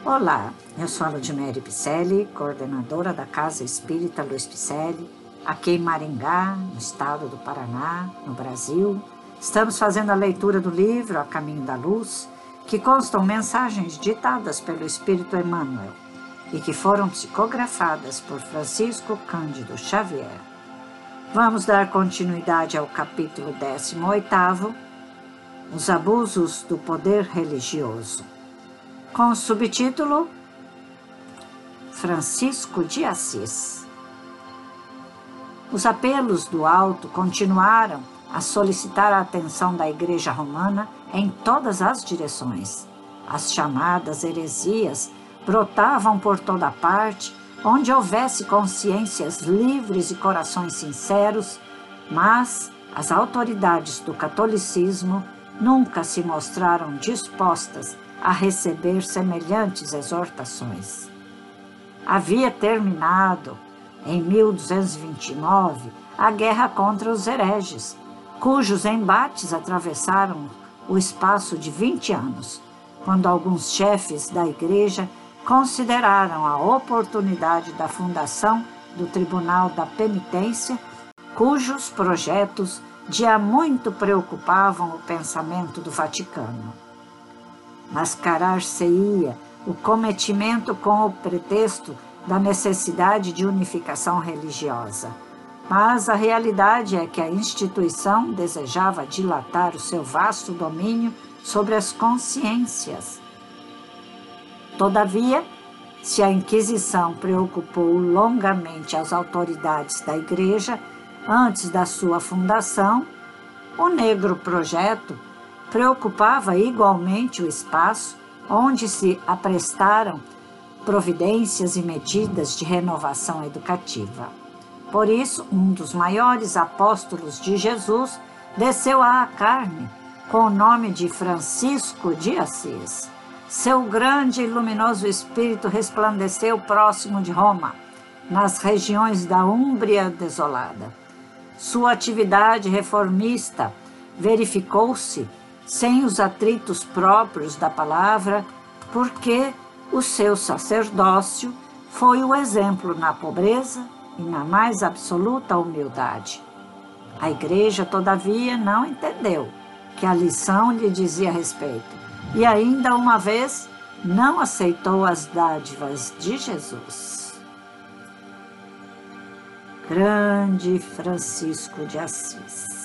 Olá, eu sou a Ludmere Picelli, coordenadora da Casa Espírita Luiz Picelli, aqui em Maringá, no estado do Paraná, no Brasil. Estamos fazendo a leitura do livro A Caminho da Luz, que constam mensagens ditadas pelo Espírito Emmanuel e que foram psicografadas por Francisco Cândido Xavier. Vamos dar continuidade ao capítulo 18º, Os Abusos do Poder Religioso, com o subtítulo Francisco de Assis. Os apelos do alto continuaram a solicitar a atenção da Igreja Romana em todas as direções. As chamadas heresias brotavam por toda parte, onde houvesse consciências livres e corações sinceros, mas as autoridades do catolicismo nunca se mostraram dispostas a receber semelhantes exortações. Havia terminado, em 1229, a guerra contra os hereges, cujos embates atravessaram o espaço de 20 anos, quando alguns chefes da Igreja consideraram a oportunidade da fundação do Tribunal da Penitência, cujos projetos de há muito preocupavam o pensamento do Vaticano. Mascarar-se-ia o cometimento com o pretexto da necessidade de unificação religiosa. Mas a realidade é que a instituição desejava dilatar o seu vasto domínio sobre as consciências. Todavia, se a Inquisição preocupou longamente as autoridades da Igreja antes da sua fundação, o negro projeto preocupava igualmente o espaço onde se aprestaram providências e medidas de renovação educativa. Por isso, um dos maiores apóstolos de Jesus desceu à carne com o nome de Francisco de Assis. Seu grande e luminoso espírito resplandeceu próximo de Roma, nas regiões da Úmbria desolada. Sua atividade reformista verificou-se sem os atritos próprios da palavra, porque o seu sacerdócio foi o exemplo na pobreza e na mais absoluta humildade. A Igreja, todavia, não entendeu que a lição lhe dizia respeito e, ainda uma vez, não aceitou as dádivas de Jesus. Grande Francisco de Assis,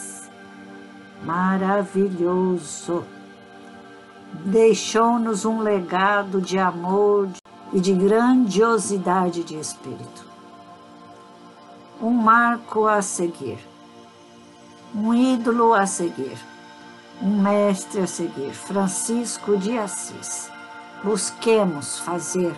maravilhoso, deixou-nos um legado de amor e de grandiosidade de espírito. Um marco a seguir, um ídolo a seguir, um mestre a seguir, Francisco de Assis. Busquemos fazer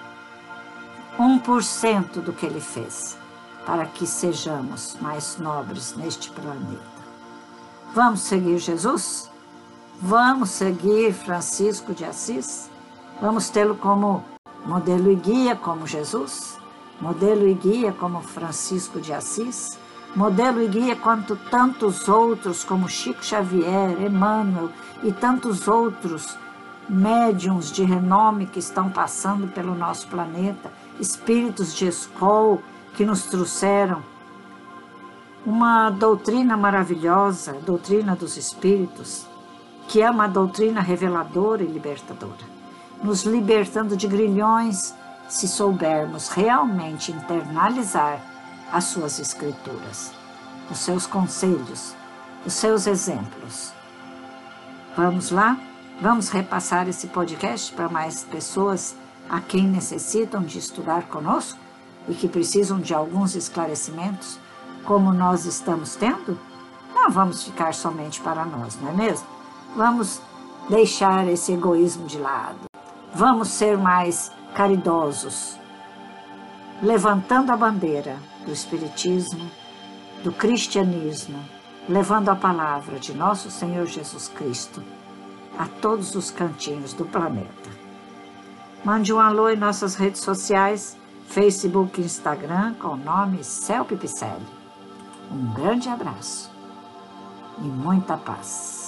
1% do que ele fez, para que sejamos mais nobres neste planeta. Vamos seguir Jesus? Vamos seguir Francisco de Assis? Vamos tê-lo como modelo e guia como Jesus? Modelo e guia como Francisco de Assis? Modelo e guia quanto tantos outros como Chico Xavier, Emmanuel e tantos outros médiuns de renome que estão passando pelo nosso planeta, espíritos de escola que nos trouxeram uma doutrina maravilhosa, a doutrina dos espíritos, que é uma doutrina reveladora e libertadora, nos libertando de grilhões se soubermos realmente internalizar as suas escrituras, os seus conselhos, os seus exemplos. Vamos lá? Vamos repassar esse podcast para mais pessoas a quem necessitam de estudar conosco e que precisam de alguns esclarecimentos, como nós estamos tendo? Não vamos ficar somente para nós, não é mesmo? Vamos deixar esse egoísmo de lado. Vamos ser mais caridosos, levantando a bandeira do Espiritismo, do cristianismo, levando a palavra de nosso Senhor Jesus Cristo a todos os cantinhos do planeta. Mande um alô em nossas redes sociais, Facebook e Instagram, com o nome Celpe Picelli. Um grande abraço e muita paz.